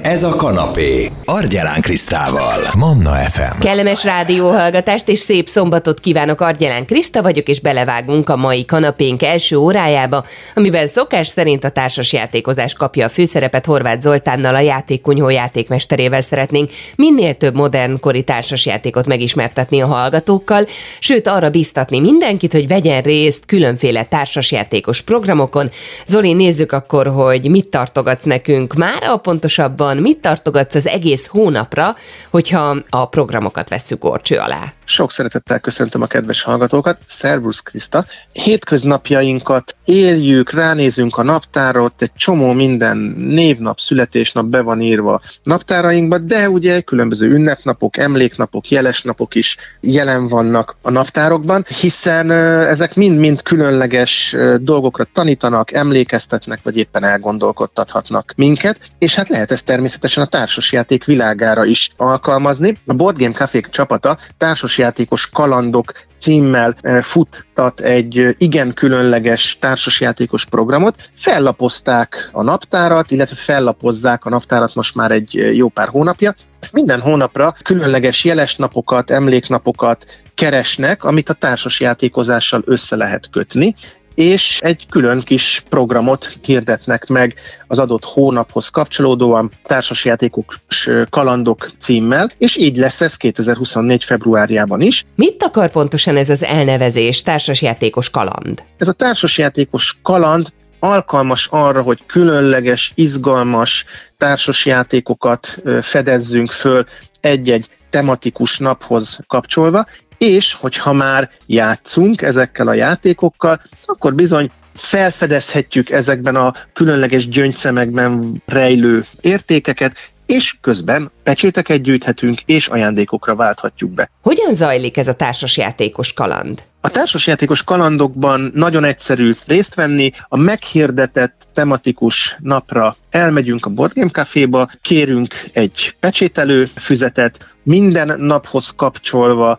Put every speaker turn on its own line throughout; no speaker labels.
Ez a kanapé. Argyelán Krisztával. Manna FM.
Kellemes rádióhallgatást és szép szombatot kívánok, Argyelán Kriszta vagyok, és belevágunk a mai kanapénk első órájába, amiben szokás szerint a társasjátékozás kapja a főszerepet. Horváth Zoltánnal, a Játékkunyhó játékmesterével szeretnénk minél több modernkori társasjátékot megismertetni a hallgatókkal, sőt arra biztatni mindenkit, hogy vegyen részt különféle társasjátékos programokon. Zoli, nézzük akkor, hogy mit tartogatsz nekünk mára, pontosabban mit tartogatsz az egész hónapra, hogyha a programokat vesszük górcső alá.
Sok szeretettel köszöntöm a kedves hallgatókat. Szervusz Kriszta! Hétköznapjainkat éljük, ránézünk a naptárat, egy csomó minden névnap, születésnap be van írva naptárainkba, de ugye különböző ünnepnapok, emléknapok, jelesnapok is jelen vannak a naptárokban, hiszen ezek mind-mind különleges dolgokra tanítanak, emlékeztetnek, vagy éppen elgondolkodtathatnak minket, és hát lehet ezt természetesen a társasjáték világára is alkalmazni. A Board Game Café csapata társasjátékos kalandok címmel futtat egy igen különleges társasjátékos programot. Fellapozták a naptárat, illetve fellapozzák a naptárat most már egy jó pár hónapja. Minden hónapra különleges jelesnapokat, emléknapokat keresnek, amit a társasjátékozással össze lehet kötni, és egy külön kis programot hirdetnek meg az adott hónaphoz kapcsolódóan társasjátékos kalandok címmel, és így lesz ez 2024. februárjában is.
Mit akar pontosan ez az elnevezés, társasjátékos kaland?
Ez a társasjátékos kaland alkalmas arra, hogy különleges, izgalmas társasjátékokat fedezzünk föl egy-egy tematikus naphoz kapcsolva, és hogyha már játszunk ezekkel a játékokkal, akkor bizony felfedezhetjük ezekben a különleges gyöngyszemekben rejlő értékeket, és közben pecséteket gyűjthetünk, és ajándékokra válthatjuk be.
Hogyan zajlik ez a társasjátékos kaland?
A társasjátékos kalandokban nagyon egyszerű részt venni. A meghirdetett tematikus napra elmegyünk a Board Game Caféba, kérünk egy pecsételő füzetet, minden naphoz kapcsolva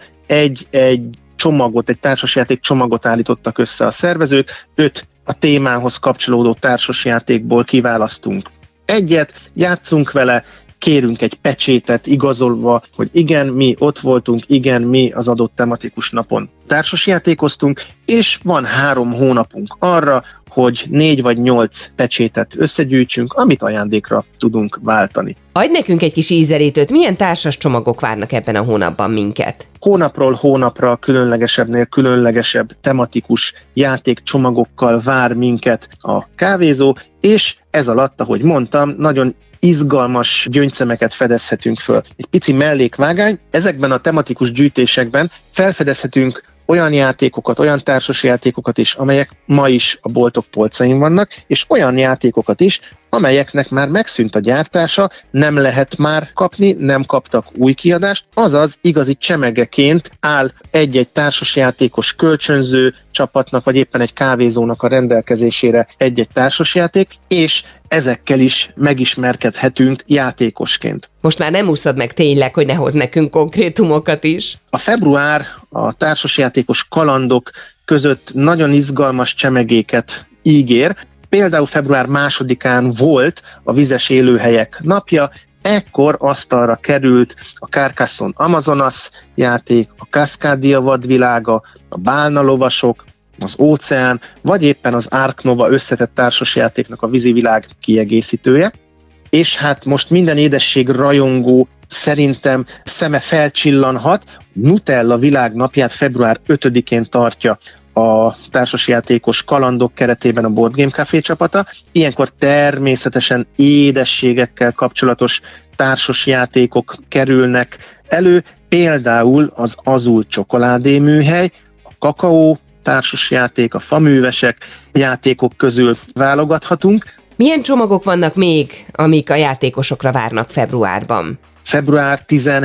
egy csomagot, egy társasjáték csomagot állítottak össze a szervezők, 5 a témához kapcsolódó társasjátékból kiválasztunk egyet, játszunk vele, kérünk egy pecsétet igazolva, hogy igen, mi ott voltunk, igen, mi az adott tematikus napon társasjátékoztunk, és van 3 hónapunk arra, hogy 4 vagy 8 pecsétet összegyűjtsünk, amit ajándékra tudunk váltani.
Adj nekünk egy kis ízelítőt, milyen társas csomagok várnak ebben a hónapban minket?
Hónapról hónapra különlegesebbnél különlegesebb tematikus játékcsomagokkal vár minket a kávézó, és ez alatt, ahogy mondtam, nagyon izgalmas gyöngyszemeket fedezhetünk föl. Egy pici mellékvágány, ezekben a tematikus gyűjtésekben felfedezhetünk olyan játékokat, olyan társasjátékokat is, amelyek ma is a boltok polcain vannak, és olyan játékokat is, amelyeknek már megszűnt a gyártása, nem lehet már kapni, nem kaptak új kiadást, azaz igazi csemegeként áll egy-egy társasjátékos kölcsönző csapatnak, vagy éppen egy kávézónak a rendelkezésére egy-egy társasjáték, és ezekkel is megismerkedhetünk játékosként.
Most már nem úszod meg tényleg, hogy ne hoz nekünk konkrétumokat is.
A február a társasjátékos kalandok között nagyon izgalmas csemegéket ígér. Például február 2-án volt a vizes élőhelyek napja, ekkor asztalra került a Carcassonne Amazonas játék, a Cascadia vadvilága, a Bálna lovasok, az óceán, vagy éppen az Ark Nova összetett társasjátéknak a vízivilág kiegészítője. És hát most minden édesség rajongó szerintem szeme felcsillanhat. Nutella világnapját február 5-én tartja a társasjátékos kalandok keretében a Board Game Café csapata. Ilyenkor természetesen édességekkel kapcsolatos társasjátékok kerülnek elő, például az Azul csokoládé műhely, a kakaó társasjáték, a faművesek játékok közül válogathatunk.
Milyen csomagok vannak még, amik a játékosokra várnak februárban?
Február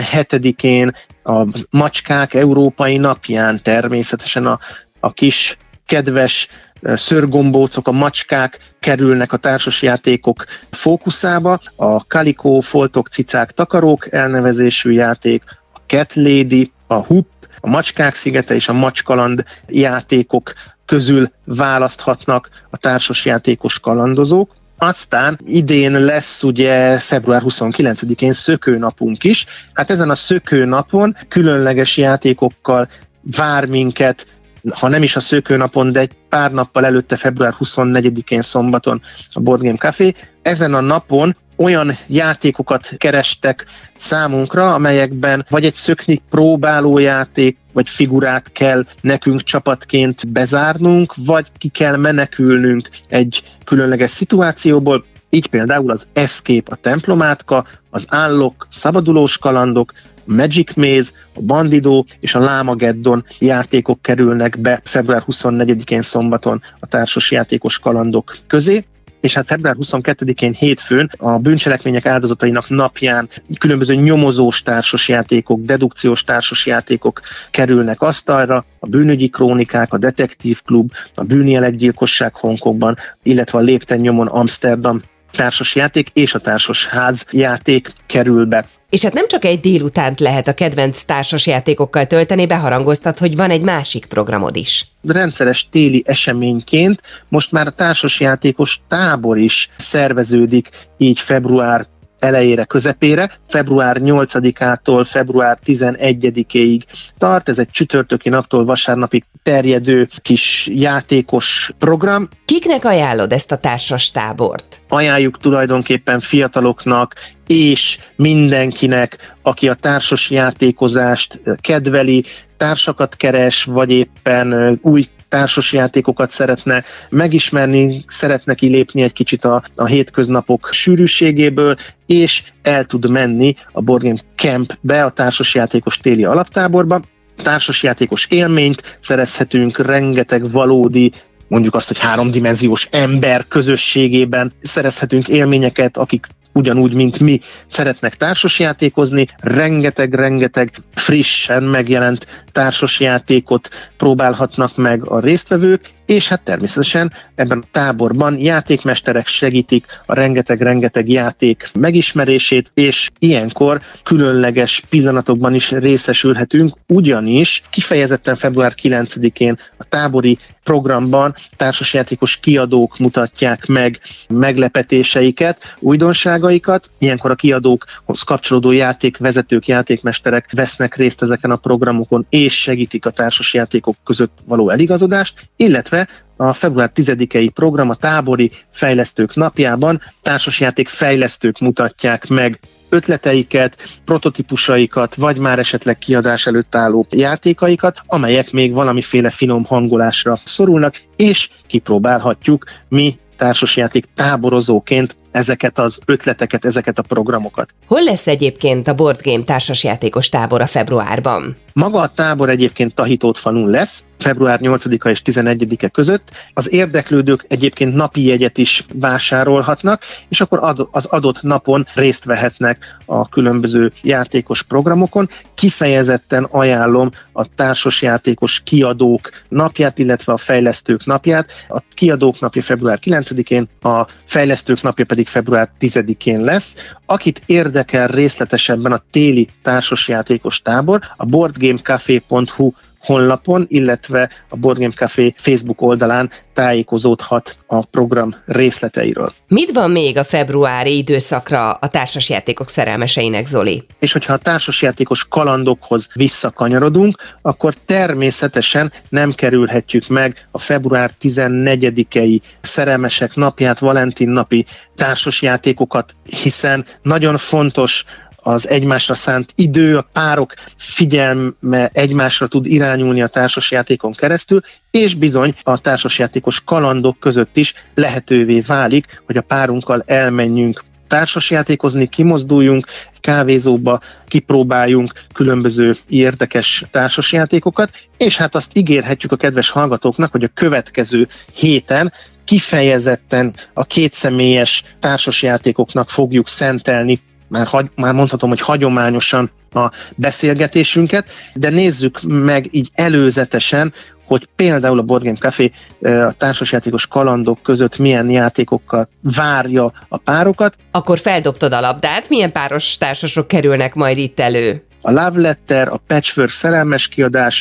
17-én a Macskák Európai Napján természetesen a kis kedves szőrgombócok, a macskák kerülnek a társasjátékok fókuszába. A Calico, Foltok, Cicák, Takarók elnevezésű játék, a Cat Lady, a Hoop, a Macskák szigete és a Macskaland játékok közül választhatnak a társasjátékos kalandozók. Aztán idén lesz ugye február 29-én szökőnapunk is. Hát ezen a szökőnapon különleges játékokkal vár minket, ha nem is a szökőnapon, de egy pár nappal előtte, február 24-én szombaton a Board Game Café. Ezen a napon olyan játékokat kerestek számunkra, amelyekben vagy egy szökni próbáló játék, vagy figurát kell nekünk csapatként bezárnunk, vagy ki kell menekülnünk egy különleges szituációból. Így például az Escape, a templomátka, az Unlock, szabadulós kalandok, a Magic Maze, a Bandido és a Lámageddon játékok kerülnek be február 24-én szombaton a társas játékos kalandok közé. És hát február 22-én hétfőn a bűncselekmények áldozatainak napján különböző nyomozós társasjátékok, dedukciós társasjátékok kerülnek asztalra, a bűnügyi krónikák, a detektív klub, a bűnjelekgyilkosság Hongkongban, illetve a lépten nyomon Amsterdam társasjáték és a társasház játék kerül be.
És hát nem csak egy délutánt lehet a kedvenc társasjátékokkal tölteni, beharangoztat, hogy van egy másik programod is.
Rendszeres téli eseményként most már a társasjátékos tábor is szerveződik így február elejére, közepére. Február 8-ától február 11-ig tart. Ez egy csütörtöki naptól vasárnapig terjedő kis játékos program.
Kiknek ajánlod ezt a társas tábort?
Ajánljuk tulajdonképpen fiataloknak és mindenkinek, aki a társas játékozást kedveli, társakat keres, vagy éppen új társasjátékokat szeretne megismerni, szeretne kilépni egy kicsit a hétköznapok sűrűségéből, és el tud menni a Board Game Campbe, a társasjátékos téli alaptáborba. Társasjátékos élményt szerezhetünk, rengeteg valódi, mondjuk azt, hogy 3-dimenziós ember közösségében szerezhetünk élményeket, akik ugyanúgy, mint mi szeretnek társasjátékozni, rengeteg frissen megjelent társasjátékot próbálhatnak meg a résztvevők, és hát természetesen ebben a táborban játékmesterek segítik a rengeteg játék megismerését, és ilyenkor különleges pillanatokban is részesülhetünk, ugyanis kifejezetten február 9-én a tábori programban társasjátékos kiadók mutatják meg meglepetéseiket, újdonságaikat. Ilyenkor a kiadókhoz kapcsolódó játékvezetők, játékmesterek vesznek részt ezeken a programokon, és segítik a társasjátékok között való eligazodást, illetve a február 10-i program a tábori fejlesztők napjában társasjáték fejlesztők mutatják meg ötleteiket, prototípusaikat, vagy már esetleg kiadás előtt álló játékaikat, amelyek még valamiféle finom hangolásra szorulnak, és kipróbálhatjuk mi társasjáték táborozóként ezeket az ötleteket, ezeket a programokat.
Hol lesz egyébként a Board Game társasjátékos tábor a februárban?
Maga a tábor egyébként Tahitótfanun lesz, február 8-a és 11-e között. Az érdeklődők egyébként napi jegyet is vásárolhatnak, és akkor az adott napon részt vehetnek a különböző játékos programokon. Kifejezetten ajánlom a társasjátékos kiadók napját, illetve a fejlesztők napját. A kiadók napja február 9-én, a fejlesztők napja pedig február 10-én lesz. Akit érdekel részletesebben a téli társasjátékos tábor, a boardgamecafé.hu honlapon, illetve a Board Game Café Facebook oldalán tájékozódhat a program részleteiről.
Mit van még a februári időszakra a társasjátékok szerelmeseinek, Zoli?
És hogyha a társasjátékos kalandokhoz visszakanyarodunk, akkor természetesen nem kerülhetjük meg a február 14-i szerelmesek napját, Valentin napi társasjátékokat, hiszen nagyon fontos az egymásra szánt idő, a párok figyelme egymásra tud irányulni a társasjátékon keresztül, és bizony a társasjátékos kalandok között is lehetővé válik, hogy a párunkkal elmenjünk társasjátékozni, kimozduljunk, egy kávézóba kipróbáljunk különböző érdekes társasjátékokat, és hát azt ígérhetjük a kedves hallgatóknak, hogy a következő héten kifejezetten a kétszemélyes társasjátékoknak fogjuk szentelni, már mondhatom, hogy hagyományosan a beszélgetésünket, de nézzük meg így előzetesen, hogy például a Board Game Café a társasjátékos kalandok között milyen játékokkal várja a párokat.
Akkor feldobtad a labdát, milyen páros társasok kerülnek majd itt elő?
A Love Letter, a Patchwork szerelmes kiadás,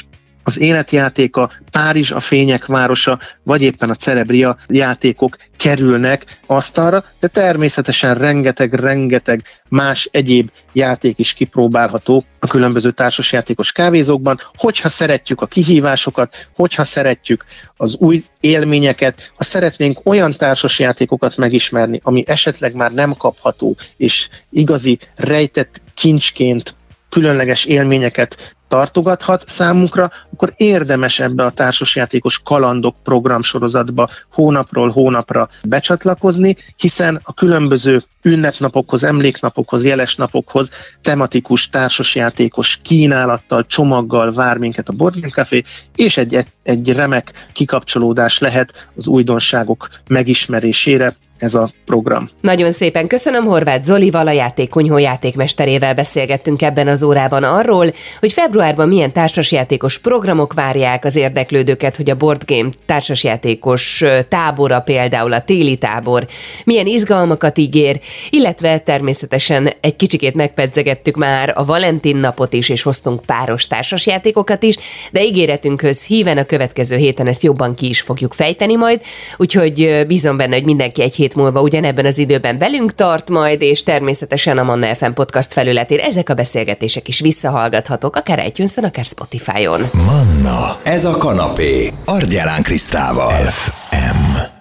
az életjátéka, Párizs a fények városa, vagy éppen a Celebria játékok kerülnek asztalra, de természetesen rengeteg más egyéb játék is kipróbálható a különböző társasjátékos kávézókban, hogyha szeretjük a kihívásokat, hogyha szeretjük az új élményeket, ha szeretnénk olyan társasjátékokat megismerni, ami esetleg már nem kapható, és igazi rejtett kincsként különleges élményeket tartogathat számunkra, akkor érdemes ebbe a társasjátékos kalandok programsorozatba hónapról hónapra becsatlakozni, hiszen a különböző ünnepnapokhoz, emléknapokhoz, jelesnapokhoz tematikus társasjátékos kínálattal, csomaggal vár minket a Board Game Café, és egy remek kikapcsolódás lehet az újdonságok megismerésére ez a program.
Nagyon szépen köszönöm, Horváth Zolival, a játékkonyhó játékmesterével beszélgettünk ebben az órában arról, hogy februárban milyen társasjátékos programok várják az érdeklődőket, hogy a Board Game társasjátékos tábora, például a téli tábor, milyen izgalmakat ígér, illetve természetesen egy kicsikét megpedzegettük már a Valentin napot is, és hoztunk páros társasjátékokat is, de ígéretünkhöz híven a következő héten ezt jobban ki is fogjuk fejteni majd, úgyhogy bízom benne, hogy mindenki egy hét múlva ugyanebben az időben velünk tart majd, és természetesen a Manna FM podcast felületén ezek a beszélgetések is visszahallgathatók, akár iTunes-on, akár Spotify-on.
Manna, ez a kanapé, Argyelán Krisztával. FM.